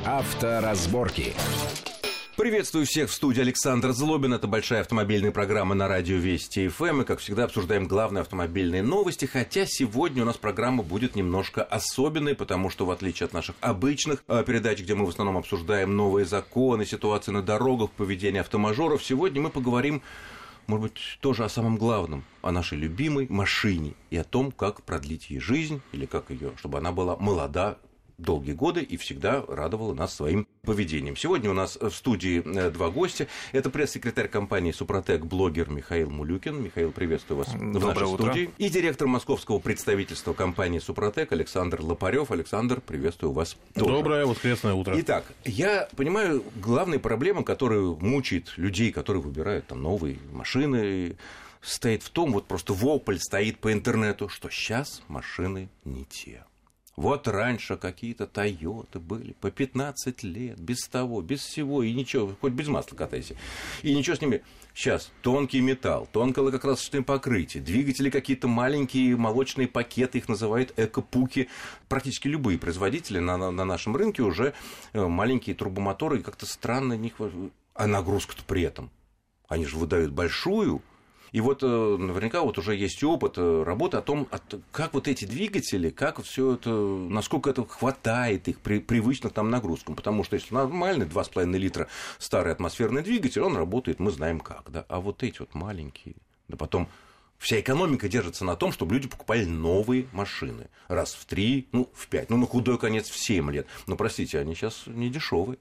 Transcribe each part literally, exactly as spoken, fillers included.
Авторазборки. Приветствую всех в студии. Александр Злобин. Это большая автомобильная программа на радио Вести эф эм. И, как всегда, обсуждаем главные автомобильные новости. Хотя сегодня у нас программа будет немножко особенной, потому что, в отличие от наших обычных передач, где мы в основном обсуждаем новые законы, ситуации на дорогах, поведение автомажоров, сегодня мы поговорим, может быть, тоже о самом главном, о нашей любимой машине и о том, как продлить ей жизнь, или как ее, чтобы она была молода долгие годы и всегда радовала нас своим поведением. Сегодня у нас в студии два гостя. Это пресс-секретарь компании «Супротек», блогер Михаил Мулюкин. Михаил, приветствую вас в нашей студии. И директор московского представительства компании «Супротек» Александр Лопарев. Александр, приветствую вас тоже. Доброе воскресное утро. Итак, я понимаю, главная проблема, которая мучает людей, которые выбирают там новые машины, стоит в том, вот просто вопль стоит по интернету, что сейчас машины не те. Вот раньше какие-то Тойоты были по пятнадцать лет, без того, без всего, и ничего, хоть без масла катайся, и ничего с ними. Сейчас тонкий металл, тонкое лакокрасочное покрытие, двигатели какие-то маленькие, молочные пакеты, их называют эко-пуки. Практически любые производители на, на, на нашем рынке уже маленькие турбомоторы, и как-то странно них... А нагрузка-то при этом. Они же выдают большую. И вот наверняка вот уже есть опыт работы о том, как вот эти двигатели, как все это, насколько это хватает их при привычных там нагрузкам. Потому что если нормальный два с половиной литра старый атмосферный двигатель, он работает, мы знаем как. Да? А вот эти вот маленькие, да потом вся экономика держится на том, чтобы люди покупали новые машины. Раз в три, ну в пять, ну на худой конец в семь лет. Но простите, они сейчас не дешевые.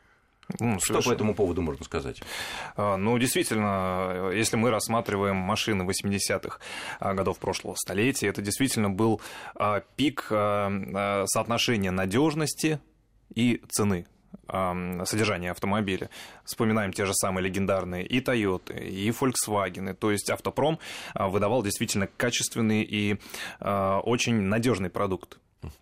Ну, что по этому поводу можно сказать? Ну, действительно, если мы рассматриваем машины восьмидесятых годов прошлого столетия, это действительно был пик соотношения надежности и цены содержания автомобиля. Вспоминаем те же самые легендарные и Тойоты, и Volkswagen. То есть автопром выдавал действительно качественный и очень надежный продукт.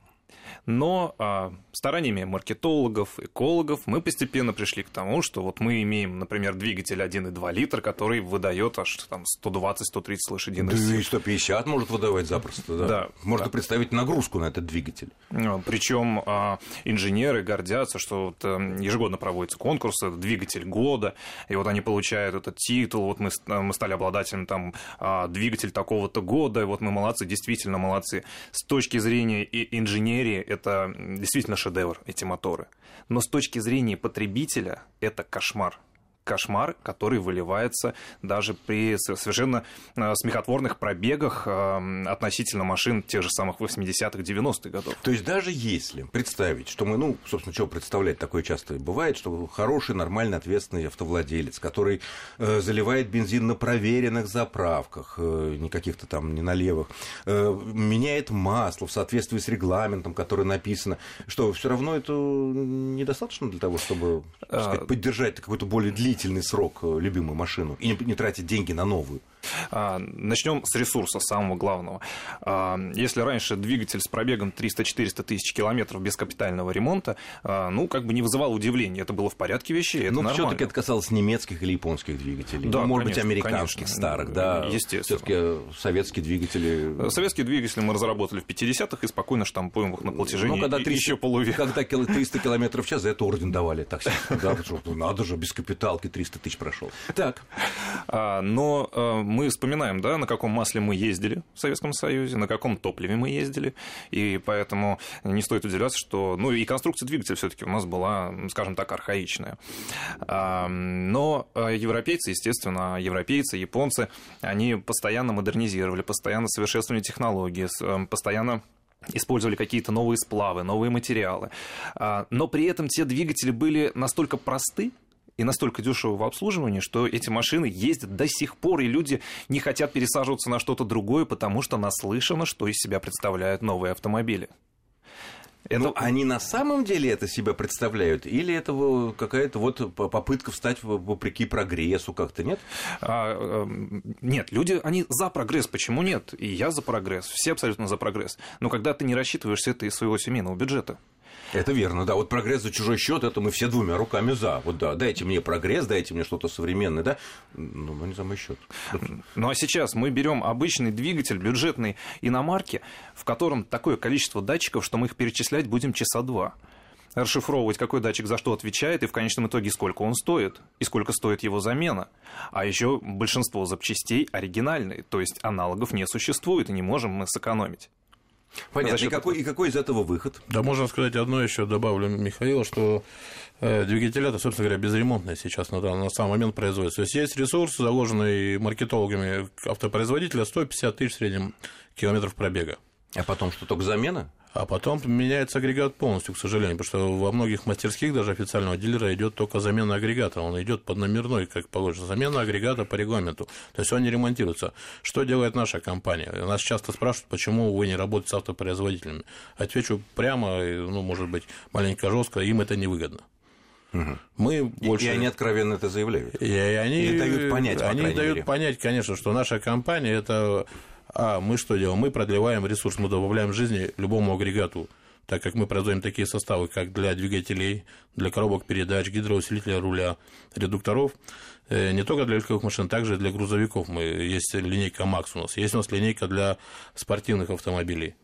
Но а, стараниями маркетологов, экологов мы постепенно пришли к тому, что вот мы имеем, например, двигатель один и два литра, который выдает аж там сто двадцать - сто тридцать лошадиных сил. Да и сто пятьдесят может выдавать запросто, да. да Можно да. представить нагрузку на этот двигатель. Причем а, инженеры гордятся, что вот, а, ежегодно проводятся конкурсы, двигатель года, и вот они получают этот титул, вот мы, мы стали обладателем там а, двигатель такого-то года, и вот мы молодцы, действительно молодцы. С точки зрения и инженерии это действительно шедевр, эти моторы. Но с точки зрения потребителя это кошмар. Кошмар, который выливается даже при совершенно смехотворных пробегах относительно машин тех же самых восьмидесятых - девяностых годов. То есть даже если представить, что мы, ну, собственно, что представлять, такое часто бывает, что хороший, нормальный, ответственный автовладелец, который э, заливает бензин на проверенных заправках, э, не каких-то там не налевых, э, меняет масло в соответствии с регламентом, который написано, что все равно это недостаточно для того, чтобы, так сказать, поддержать какой-то более длительный срок любимую машину и не тратить деньги на новую? Начнем с ресурса самого главного. Если раньше двигатель с пробегом триста-четыреста тысяч километров без капитального ремонта, ну, как бы не вызывал удивления, это было в порядке вещей, это ну, нормально. Все-таки это касалось немецких или японских двигателей, да, ну, может конечно, быть, американских конечно. старых, да, естественно. Все-таки советские двигатели. Советские двигатели мы разработали в пятидесятых и спокойно штампуем их на платежении, ну, когда триста, еще полувека. Когда триста километров в час, за это орден давали таксистам, да, надо же, без капиталки триста тысяч прошел. Так. Но мы вспоминаем, да, на каком масле мы ездили в Советском Союзе, на каком топливе мы ездили, и поэтому не стоит удивляться, что... Ну, и конструкция двигателя все-таки у нас была, скажем так, архаичная. Но европейцы, естественно, европейцы, японцы, они постоянно модернизировали, постоянно совершенствовали технологии, постоянно использовали какие-то новые сплавы, новые материалы. Но при этом те двигатели были настолько просты и настолько дешево в обслуживании, что эти машины ездят до сих пор, и люди не хотят пересаживаться на что-то другое, потому что наслышано, что из себя представляют новые автомобили. Это... Ну, они на самом деле это себя представляют? Или это какая-то вот попытка встать вопреки прогрессу как-то, нет? А, нет, люди, они за прогресс, почему нет? И я за прогресс, все абсолютно за прогресс. Но когда ты не рассчитываешь это из своего семейного бюджета. Это верно, да. Вот прогресс за чужой счет, это мы все двумя руками за. Вот да, дайте мне прогресс, дайте мне что-то современное, да, ну, но не за мой счет. Ну а сейчас мы берем обычный двигатель бюджетной иномарки, в котором такое количество датчиков, что мы их перечислять будем часа два. расшифровывать, какой датчик за что отвечает, и в конечном итоге сколько он стоит, и сколько стоит его замена. А еще большинство запчастей оригинальные, то есть аналогов не существует, и не можем мы сэкономить. Понятно. И какой, и какой из этого выход? Да, можно сказать одно еще, добавлю, Михаил, что э, двигателя, это, собственно говоря, безремонтные сейчас на, на самый момент производятся. То есть есть ресурс, заложенный маркетологами автопроизводителя, сто пятьдесят тысяч в среднем километров пробега. А потом что, только замена? А потом меняется агрегат полностью, к сожалению, потому что во многих мастерских даже официального дилера идет только замена агрегата, он идет под номерной, как положено, замена агрегата по регламенту, то есть он не ремонтируется. Что делает наша компания? Нас часто спрашивают, почему вы не работаете с автопроизводителями. Отвечу прямо, ну, может быть, маленько жестко, им это невыгодно. Угу. Мы больше... И они откровенно это заявляют. И они... Или дают понять, по Они дают мере. понять, конечно, что наша компания это... А мы что делаем? Мы продлеваем ресурс, мы добавляем жизни любому агрегату, так как мы производим такие составы, как для двигателей, для коробок передач, гидроусилителя руля, редукторов, не только для легковых машин, также и для грузовиков. Мы, есть линейка Макс у нас, есть у нас линейка для спортивных автомобилей.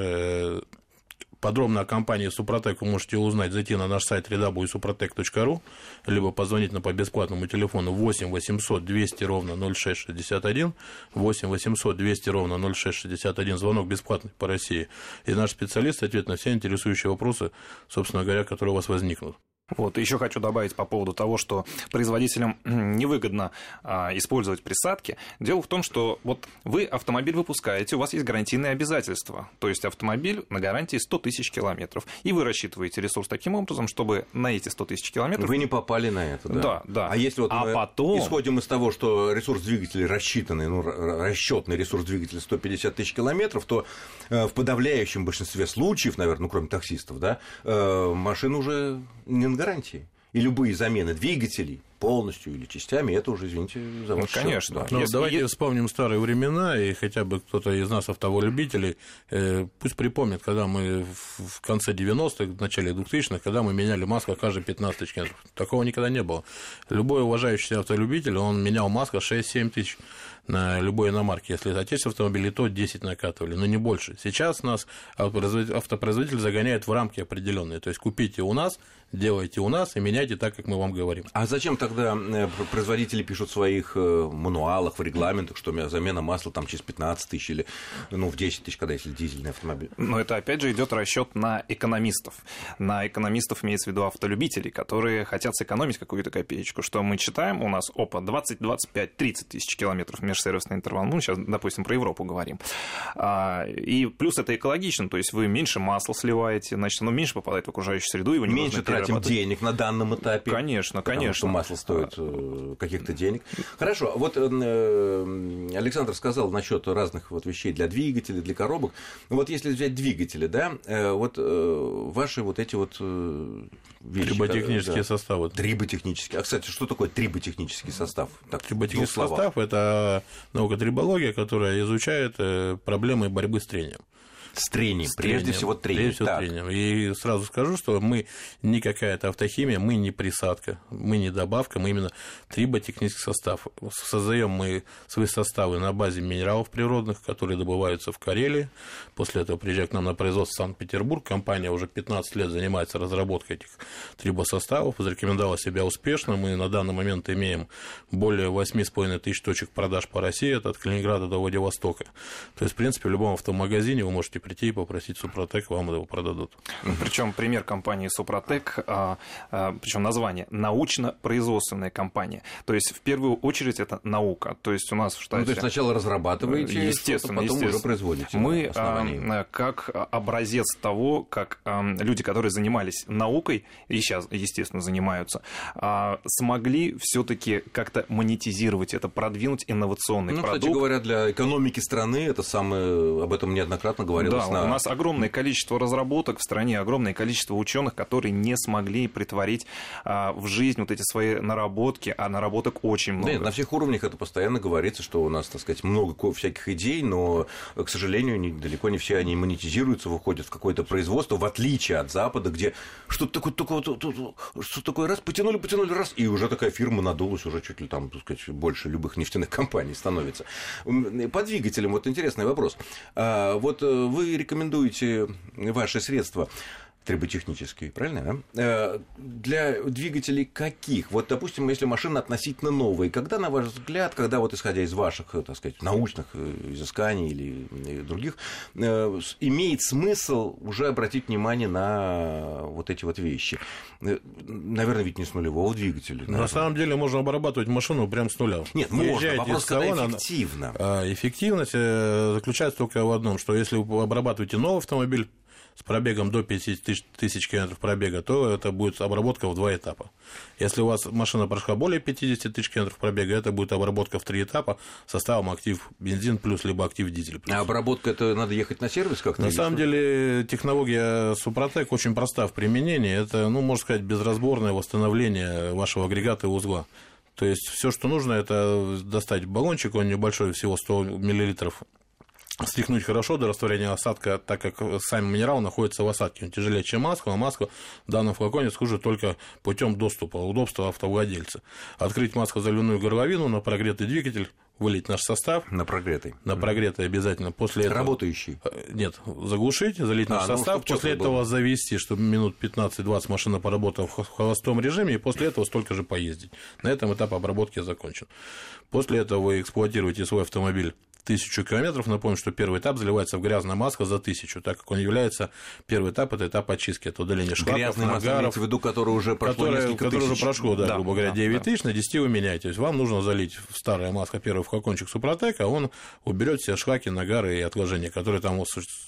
Подробно о компании Супротек вы можете узнать, зайти на наш сайт дабл ю дабл ю дабл ю точка супротек точка ру, либо позвонить нам по бесплатному телефону восемь восемьсот двести ровно ноль шесть шестьдесят один, восемь восемьсот двести ровно ноль шесть шестьдесят один, звонок бесплатный по России. И наш специалист ответит на все интересующие вопросы, собственно говоря, которые у вас возникнут. Вот, еще хочу добавить по поводу того, что производителям невыгодно а, использовать присадки. Дело в том, что вот вы автомобиль выпускаете, у вас есть гарантийные обязательства. То есть автомобиль на гарантии сто тысяч километров. И вы рассчитываете ресурс таким образом, чтобы на эти сто тысяч километров... Вы не попали на это, да? Да, да. А если вот а мы потом... исходим из того, что ресурс двигателя рассчитанный, ну, расчетный ресурс двигателя сто пятьдесят тысяч километров, то в подавляющем большинстве случаев, наверное, ну, кроме таксистов, да, машина уже не на гарантии. И любые замены двигателей полностью или частями, это уже, извините, за ваш ну, конечно. Да. Ну, Если... давайте вспомним старые времена, и хотя бы кто-то из нас, автолюбителей, э, пусть припомнит, когда мы в конце девяностых, в начале двухтысячных, когда мы меняли масло каждые пятнадцать тысяч километров. Такого никогда не было. Любой уважающийся автолюбитель, он менял масло шесть-семь тысяч на любой иномарке. Если отечественные автомобили, то десять накатывали, но не больше. Сейчас нас автопроизводитель загоняет в рамки определенные. То есть купите у нас, делайте у нас и меняйте так, как мы вам говорим. А зачем тогда производители пишут в своих мануалах, в регламентах, что замена масла там через пятнадцать тысяч или ну, в десять тысяч, когда если дизельный автомобиль? Но это опять же идет расчет на экономистов. На экономистов имеется в виду автолюбителей, которые хотят сэкономить какую-то копеечку. Что мы читаем, у нас ОПА двадцать, двадцать пять, тридцать тысяч километров межсервисный интервал. Ну, сейчас, допустим, про Европу говорим. И плюс это экологично, то есть вы меньше масла сливаете, значит, оно меньше попадает в окружающую среду, его не меньше тратим денег на данном этапе. Конечно, конечно. Потому что масло стоит каких-то денег. Хорошо, вот Александр сказал насчет разных вот вещей для двигателей, для коробок. Вот если взять двигатели, да, вот ваши вот эти вот вещи. Триботехнические да. составы. Триботехнические. А, кстати, что такое триботехнический состав? Так, триботехнический состав – это наука трибология, которая изучает проблемы борьбы с трением. С трением, с прежде трением, всего трением. Прежде всего трением. И сразу скажу, что мы не какая-то автохимия, мы не присадка, мы не добавка, мы именно триботехнический состав. Создаем мы свои составы на базе минералов природных, которые добываются в Карелии. После этого приезжает к нам на производство в Санкт-Петербург. Компания уже пятнадцать лет занимается разработкой этих трибосоставов, зарекомендовала себя успешно. Мы на данный момент имеем более восемь с половиной тысяч точек продаж по России, это от Калининграда до Владивостока. То есть, в принципе, в любом автомагазине вы можете прийти и попросить Супротек, вам его продадут. Причем пример компании Супротек, причем название научно-производственная компания. То есть в первую очередь это наука. То есть у нас в штате. Ну, то есть сначала разрабатываете, естественно, потом естественно. уже производите. Мы как образец того, как люди, которые занимались наукой и сейчас, естественно, занимаются, смогли все-таки как-то монетизировать это, продвинуть инновационный ну, продукт. Кстати говоря, для экономики страны это самое, об этом неоднократно говорилось. Да, на... у нас огромное количество разработок в стране, огромное количество ученых, которые не смогли притворить а, в жизнь вот эти свои наработки, а наработок очень много. Да, на всех уровнях это постоянно говорится, что у нас, так сказать, много всяких идей, но, к сожалению, не, далеко не все они монетизируются, выходят в какое-то производство, в отличие от Запада, где что-то такое, такое, что такое раз, потянули, потянули, раз, и уже такая фирма надулась, уже чуть ли там, так сказать, больше любых нефтяных компаний становится. По двигателям, вот интересный вопрос. Вот вы рекомендуете ваши средства. Триботехнический, правильно? Да? Для двигателей каких? Вот, допустим, если машина относительно новая, когда, на ваш взгляд, когда вот исходя из ваших, так сказать, научных изысканий или других, имеет смысл уже обратить внимание на вот эти вот вещи? Наверное, ведь не с нулевого двигателя. На самом деле можно обрабатывать машину прям с нуля. Нет, можно. Вопрос, когда эффективно. Эффективность заключается только в одном, что если вы обрабатываете новый автомобиль с пробегом до пятьдесят тысяч километров пробега, то это будет обработка в два этапа. Если у вас машина прошла более пятьдесят тысяч километров пробега, это будет обработка в три этапа составом актив бензин плюс либо актив дизель плюс. А обработка, это надо ехать на сервис как-то? На самом деле технология Супротек очень проста в применении. Это, ну, можно сказать, безразборное восстановление вашего агрегата и узла. То есть все, что нужно, это достать баллончик, он небольшой, всего сто миллилитров, стряхнуть хорошо до растворения осадка, так как сам минерал находится в осадке. Он тяжелее, чем маска, а маска в данном флаконе служит только путем доступа, удобства автовладельца. Открыть маску заливную горловину на прогретый двигатель, вылить наш состав. На прогретый. На прогретый обязательно. После этого... Работающий? Нет, заглушить, залить наш а, состав, ну, после этого было. завести, чтобы минут пятнадцать-двадцать машина поработала в холостом режиме, и после этого столько же поездить. На этом этап обработки закончен. После этого вы эксплуатируете свой автомобиль тысячу километров. Напомню, что первый этап заливается в грязная маска за тысячу, так как он является, первый этап, это этап очистки, это удаление шлаков, грязная нагаров. Грязная маска, в виду, которое уже прошло которое, несколько которое тысяч. уже прошло, да, да, грубо говоря, да, девять да. тысяч, на десять вы меняете. То есть вам нужно залить в старая маска первый флакончик Супротек, а он уберет все шлаки, нагары и отложения, которые там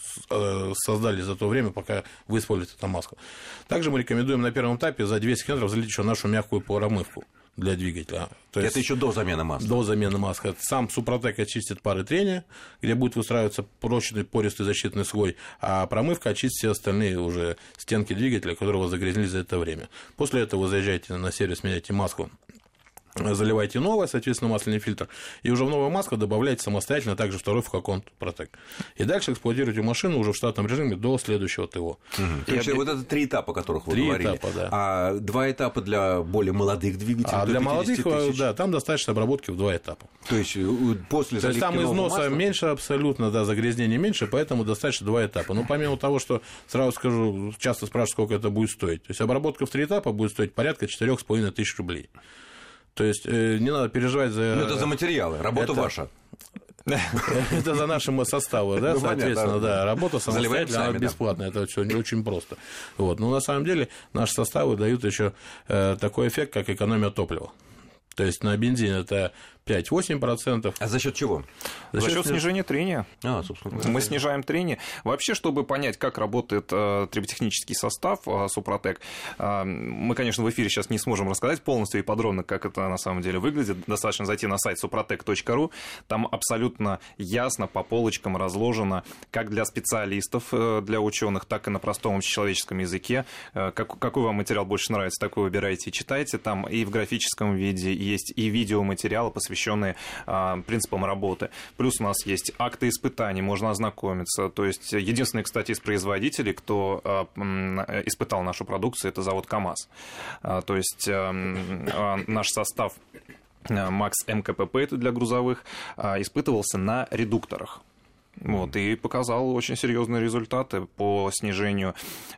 создали за то время, пока вы используете эту маску. Также мы рекомендуем на первом этапе за двести километров залить еще нашу мягкую промывку для двигателя. То это есть еще до замены маски. До замены маски. Сам Супротек очистит пары трения, где будет выстраиваться прочный пористый защитный слой, а промывка очистит все остальные уже стенки двигателя, которые вы загрязнили за это время. После этого вы заезжаете на сервис, меняете маску, заливаете новое, соответственно, масляный фильтр, и уже в новую маску добавляете самостоятельно также второй флакон Протек. И дальше эксплуатируете машину уже в штатном режиме до следующего ТО. Угу. То есть, вот это три этапа, о которых вы три говорили. Этапа, да. А два этапа для более молодых двигателей? А для молодых, тысяч. Да, там достаточно обработки в два этапа. То есть, после То есть, там износа масла... меньше абсолютно, да, загрязнения меньше, поэтому достаточно два этапа. Но помимо того, что, сразу скажу, часто спрашивают, сколько это будет стоить. То есть, обработка в три этапа будет стоить порядка четыре с половиной тысяч рублей. То есть, э, не надо переживать за... Ну, это за материалы, работа это... ваша. Это за нашим составом, да, соответственно, да, работа самостоятельно, она бесплатная, это все не очень просто. Вот. Но на самом деле наши составы дают еще такой эффект, как экономия топлива. То есть на бензин это пять-восемь процентов. А за счет чего? За, за счет снижения трения. А, собственно. Мы снижаем трение. Вообще, чтобы понять, как работает э, триботехнический состав э, Супротек, э, мы, конечно, в эфире сейчас не сможем рассказать полностью и подробно, как это на самом деле выглядит. Достаточно зайти на сайт супротек точка ру. Там абсолютно ясно по полочкам разложено, как для специалистов, э, для ученых, так и на простом человеческом языке. Э, как, какой вам материал больше нравится, такой выбираете и читаете. Там и в графическом виде есть и видеоматериалы, посвященные посвященные а, принципам работы. Плюс у нас есть акты испытаний, можно ознакомиться. То есть единственный, кстати, из производителей, кто а, испытал нашу продукцию, это завод КАМАЗ. А, то есть а, а, наш состав МАКС МКПП, это для грузовых, а, испытывался на редукторах. Вот, и показал очень серьезные результаты по снижению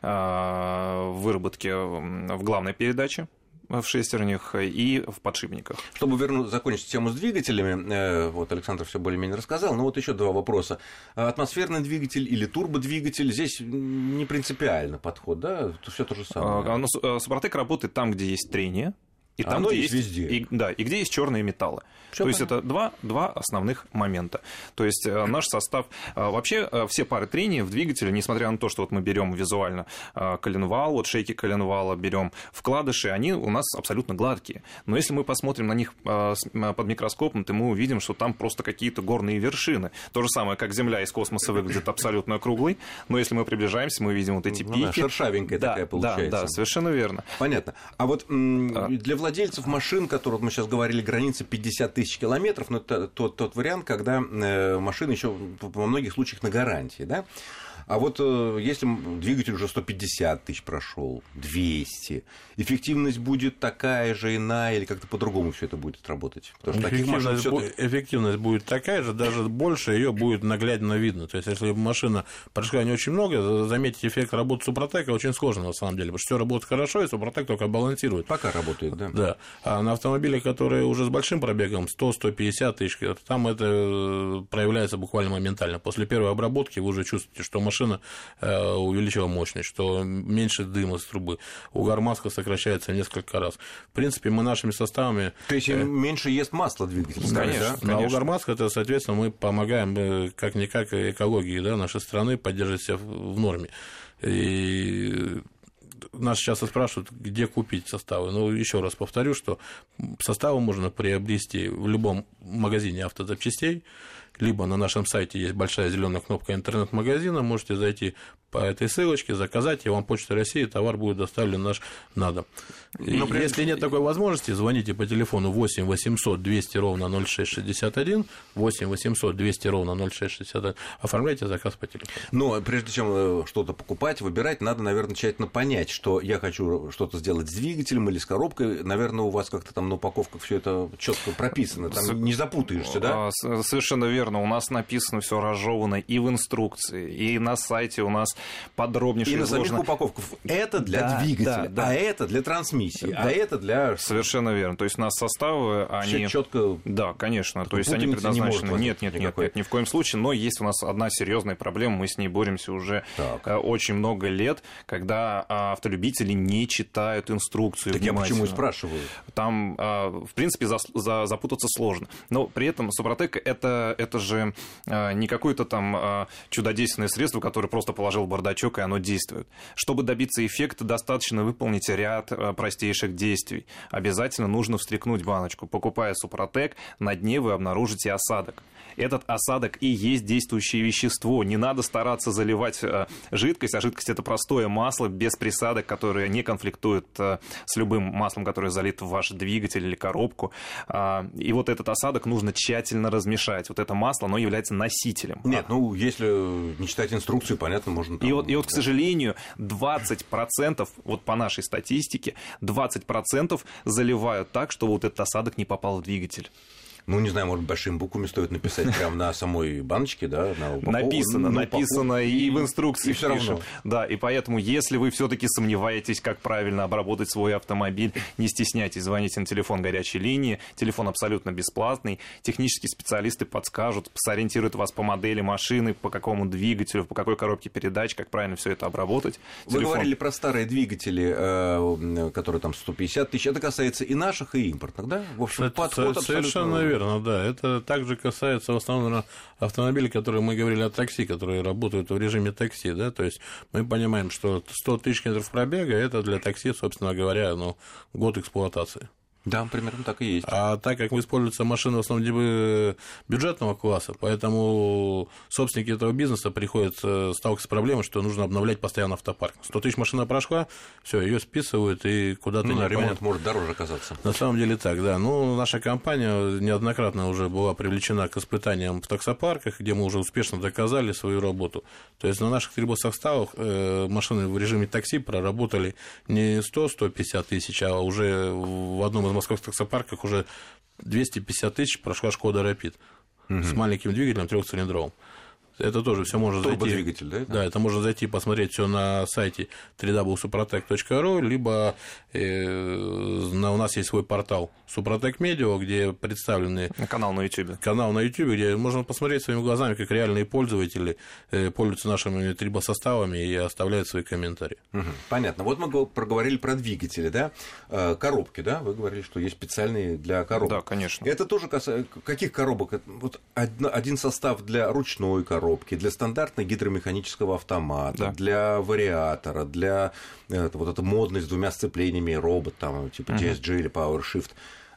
а, выработки в главной передаче, в шестернях и в подшипниках. Чтобы вернуть, закончить тему с двигателями, вот Александр все более-менее рассказал, но вот еще два вопроса. Атмосферный двигатель или турбодвигатель, здесь не принципиально подход, да? Все то же самое. Супротек работает там, где есть трение. И там, оно где есть есть везде. И, да, и где есть черные металлы. Всё То понятно. Есть это два, два основных момента. То есть наш состав... Вообще все пары трения в двигателе, несмотря на то, что вот мы берем визуально коленвал, вот шейки коленвала, берем вкладыши, они у нас абсолютно гладкие. Но если мы посмотрим на них под микроскопом, то мы увидим, что там просто какие-то горные вершины. То же самое, как Земля из космоса выглядит абсолютно круглой, но если мы приближаемся, мы видим вот эти ну, пики. Да, шершавенькая да, такая получается. Да, да, совершенно верно. Понятно. А вот а... для владельцев машин, которые, вот мы сейчас говорили, граница пятьдесят тысяч километров, но это тот, тот вариант, когда машина еще во многих случаях на гарантии, да? А вот если двигатель уже сто пятьдесят тысяч прошел, двести, эффективность будет такая же, иная, или как-то по-другому все это будет работать? Потому что таких машин всё-таки... Эффективность будет такая же, даже больше, ее будет наглядно видно. То есть, если машина прошла не очень много, заметить эффект работы Супротека очень сложно, на самом деле, потому что все работает хорошо, и Супротек только балансирует. Пока работает, да. Да. А на автомобилях, которые уже с большим пробегом, сто - сто пятьдесят тысяч, там это проявляется буквально моментально. После первой обработки вы уже чувствуете, что машина увеличила мощность, что меньше дыма с трубы. Угар масла сокращается в несколько раз. В принципе, мы нашими составами... То есть, меньше ест масло двигатель? Конечно, да? Конечно. На угар масла, это, соответственно, мы помогаем как-никак экологии, да, нашей страны поддерживать себя в норме. И нас часто спрашивают, где купить составы. Ну, еще раз повторю, что составы можно приобрести в любом магазине автозапчастей, либо на нашем сайте есть большая зеленая кнопка интернет-магазина, можете зайти по этой ссылочке, заказать, и вам Почта России товар будет доставлен наш на дом. Но при... Если нет такой возможности, звоните по телефону восемь восемьсот двести ровно ноль шесть шестьдесят один, восемь восемьсот двести ровно ноль шесть шестьдесят один, оформляйте заказ по телефону. Но прежде чем что-то покупать, выбирать, надо, наверное, тщательно понять, что я хочу что-то сделать с двигателем или с коробкой. Наверное, у вас как-то там на упаковках все это четко прописано, там с... не запутаешься, да? Совершенно верно. У нас написано все разжевано и в инструкции, и на сайте у нас подробнейше и изложено. И на самих упаковках. Это для да, двигателя, да, да. а это для трансмиссии, да. а это для... Совершенно верно. То есть у нас составы, они... Четко... Да, конечно. То есть они предназначены... Не нет, нет, нет, нет, ни в коем случае. Но есть у нас одна серьезная проблема, мы с ней боремся уже так. очень много лет, когда автолюбители не читают инструкцию так внимательно. Я почему и спрашиваю? Там, в принципе, запутаться сложно. Но при этом Супротек это, это же не какое-то там чудодейственное средство, которое просто положил в бардачок, и оно действует. Чтобы добиться эффекта, достаточно выполнить ряд простейших действий. Обязательно нужно встряхнуть баночку. Покупая Супротек, на дне вы обнаружите осадок. Этот осадок и есть действующее вещество. Не надо стараться заливать жидкость, а жидкость – это простое масло без присадок, которое не конфликтует с любым маслом, которое залит в ваш двигатель или коробку. И вот этот осадок нужно тщательно размешать. Вот это масло, оно является носителем. Нет, ну, если не читать инструкцию, понятно, можно... Там... И, вот, и вот, к сожалению, двадцать процентов, вот по нашей статистике, двадцать процентов заливают так, что вот этот осадок не попал в двигатель. Ну, не знаю, может, большими буквами стоит написать прямо на самой баночке, да? На упаковке. Написано, ну, написано и в инструкции и все равно. Да, и поэтому, если вы все-таки сомневаетесь, как правильно обработать свой автомобиль, не стесняйтесь, звоните на телефон горячей линии, телефон абсолютно бесплатный, технические специалисты подскажут, сориентируют вас по модели машины, по какому двигателю, по какой коробке передач, как правильно все это обработать. Вы телефон... говорили про старые двигатели, которые там сто пятьдесят тысяч, это касается и наших, и импортных, да? В общем, это подход совершенно абсолютно... Верно, да. Это также касается в основном, наверное, автомобилей, которые мы говорили о такси, которые работают в режиме такси, да, то есть мы понимаем, что сто тысяч километров пробега – это для такси, собственно говоря, ну, год эксплуатации. Да, примерно так и есть. А так как используются машины в основном бюджетного класса, поэтому собственники этого бизнеса приходится сталкиваться с проблемой, что нужно обновлять постоянно автопарк. сто тысяч машина прошла, все, ее списывают и куда-то ну, не ремонт понятно. может дороже оказаться. На самом деле так, да. Ну, наша компания неоднократно уже была привлечена к испытаниям в таксопарках, где мы уже успешно доказали свою работу. То есть на наших трибосоставах э, машины в режиме такси проработали не сто - сто пятьдесят тысяч, а уже в одном из московских таксопарках уже двести пятьдесят тысяч прошла Шкода Рапид угу. с маленьким двигателем трехцилиндровым. Это тоже все можно зайти. Турбодвигатель, да? Да, это можно зайти посмотреть все на сайте дабл ю дабл ю дабл ю точка супротек точка ру, либо э, на, у нас есть свой портал Супротек Медиа, где представлены... Канал на YouTube. Канал на YouTube, где можно посмотреть своими глазами, как реальные пользователи э, пользуются нашими трибосоставами и оставляют свои комментарии. Угу. Понятно. Вот мы проговорили про двигатели, да? Э, коробки, да? Вы говорили, что есть специальные для коробок. Да, конечно. Это тоже касается... Каких коробок? Вот один состав для ручной коробки, для стандартного гидромеханического автомата, да. для вариатора, для это, вот это модный с двумя сцеплениями робот, там, типа ди эс джи uh-huh. или PowerShift.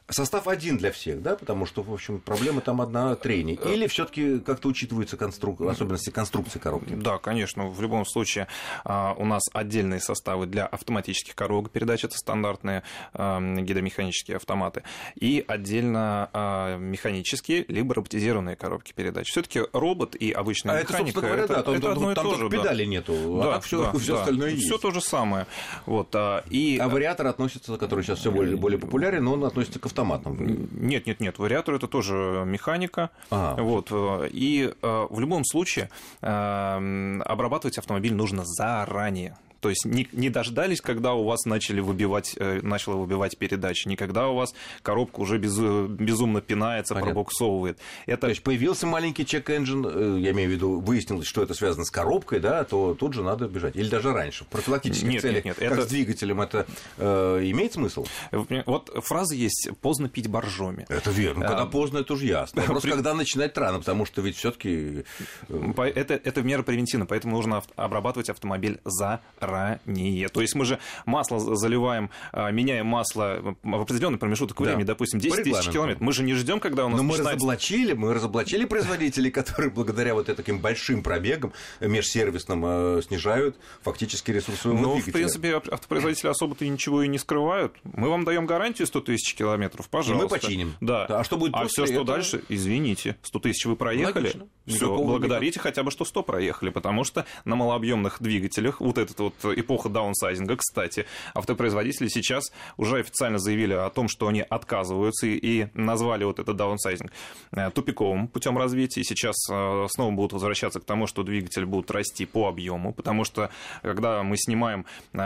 Состав один для всех, да, потому что, в общем, проблема там одна трение. Или все-таки как-то учитываются конструк... особенности конструкции коробки? Да, конечно. В любом случае у нас отдельные составы для автоматических коробок передач, это стандартные гидромеханические автоматы, и отдельно механические либо роботизированные коробки передач. Все-таки робот и обычная а механика это, говоря, это, да, там, это там, одно и там то только же. Педали Да. нету, Да, а все, да, все да. остальное есть. Все то же самое. Вот, и... А вариатор относится, который сейчас все более, более популярен, но он относится к автоматам. Нет, нет, нет, вариатор это тоже механика. А. Вот, и в любом случае обрабатывать автомобиль нужно заранее. То есть не, не дождались, когда у вас начали выбивать, начала выбивать передачи, не когда у вас коробка уже без, безумно пинается, Понятно. пробуксовывает. Это... То есть появился маленький check-engine, я имею в виду, выяснилось, что это связано с коробкой, да, то тут же надо бежать. Или даже раньше, в профилактических нет, целях, нет, нет, как это... с двигателем, это э, имеет смысл? Вот фраза есть «поздно пить боржоми». Это верно. Когда а... поздно, это уже ясно. Просто При... когда начинать рано, потому что ведь все-таки это, это мера превентивна, поэтому нужно обрабатывать автомобиль за ранее. То есть мы же масло заливаем, меняем масло в определенный промежуток времени, да. допустим, десять тысяч километров. Мы же не ждем, когда у нас Но мы начинается... разоблачили, мы разоблачили производителей, которые благодаря вот таким большим пробегам межсервисным снижают фактически ресурсы двигателя. Ну, в принципе, автопроизводители особо-то ничего и не скрывают. Мы вам даем гарантию сто тысяч километров, пожалуйста. И мы починим. Да. А что будет а после все, что этого? дальше, извините, сто тысяч вы проехали, все, благодарите никак. Хотя бы, что сто проехали, потому что на малообъемных двигателях вот эта вот эпоха даунсайзинга, кстати, автопроизводители сейчас уже официально заявили о том, что они отказываются и назвали вот этот даунсайзинг тупиковым путем развития. И сейчас снова будут возвращаться к тому, что двигатель будет расти по объему, потому что когда мы снимаем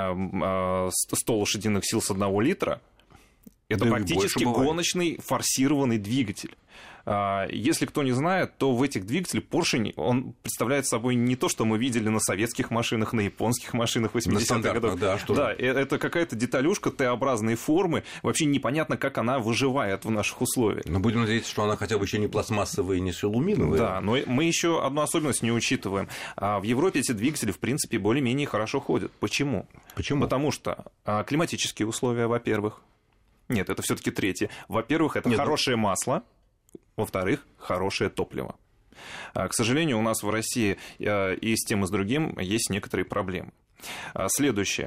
сто лошадиных сил с одного литра, это да практически гоночный форсированный двигатель. Если кто не знает, то в этих двигателях поршень, он представляет собой не то, что мы видели на советских машинах, на японских машинах восьмидесятых годов. Да, что да, это какая-то деталюшка Т-образной формы. Вообще непонятно, как она выживает в наших условиях. Но будем надеяться, что она хотя бы еще не пластмассовая и не алюминиевая. Да, но мы еще одну особенность не учитываем. В Европе эти двигатели, в принципе, более-менее хорошо ходят. Почему? Почему? Потому что климатические условия, во-первых. Нет, это все-таки третье. Во-первых, это Нет, хорошее ну... масло. Во-вторых, хорошее топливо. К сожалению, у нас в России и с тем, и с другим есть некоторые проблемы. Следующее.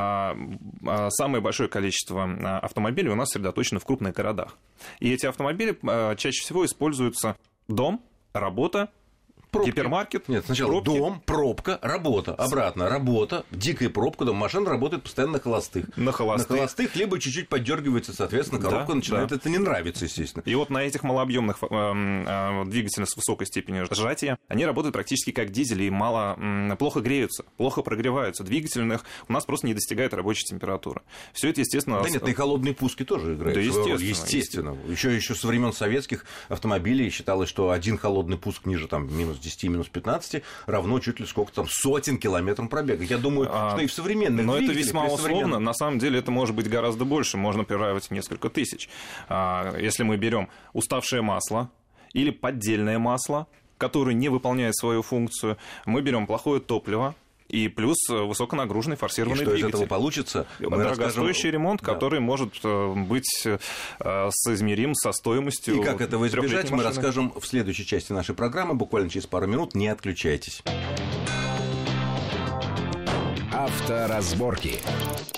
Самое большое количество автомобилей у нас сосредоточено в крупных городах. И эти автомобили чаще всего используются дом, работа, пробки. Гипермаркет. Нет, сначала пробки. Дом, пробка, работа. Обратно работа, дикая пробка, дом, машина работает постоянно на холостых. На холостых. На холостых, либо чуть-чуть поддергивается, соответственно, коробка да, начинает. Да. Это не нравится, естественно. И вот на этих малообъемных э, э, двигателях с высокой степенью сжатия они работают практически как дизели и мало, э, плохо греются, плохо прогреваются. Двигательных у нас просто не достигает рабочей температуры. Все это, естественно... Да нет, и холодные пуски тоже играют. Да, естественно. Естественно. естественно. Еще, еще со времен советских автомобилей считалось, что один холодный пуск ниже там, минус десять, минус пятнадцать равно чуть ли сколько там сотен километров пробега. Я думаю, а, что и в современных но двигателях... Но это весьма условно. На самом деле это может быть гораздо больше. Можно прибавить несколько тысяч. А, если мы берем уставшее масло или поддельное масло, которое не выполняет свою функцию, мы берем плохое топливо, и плюс высоконагруженный форсированный и что двигатель. из этого получится? Дорогостоящий расскажем... ремонт, да. который может быть соизмерим со стоимостью. И как этого избежать, мы расскажем в следующей части нашей программы, буквально через пару минут. Не отключайтесь. Авторазборки.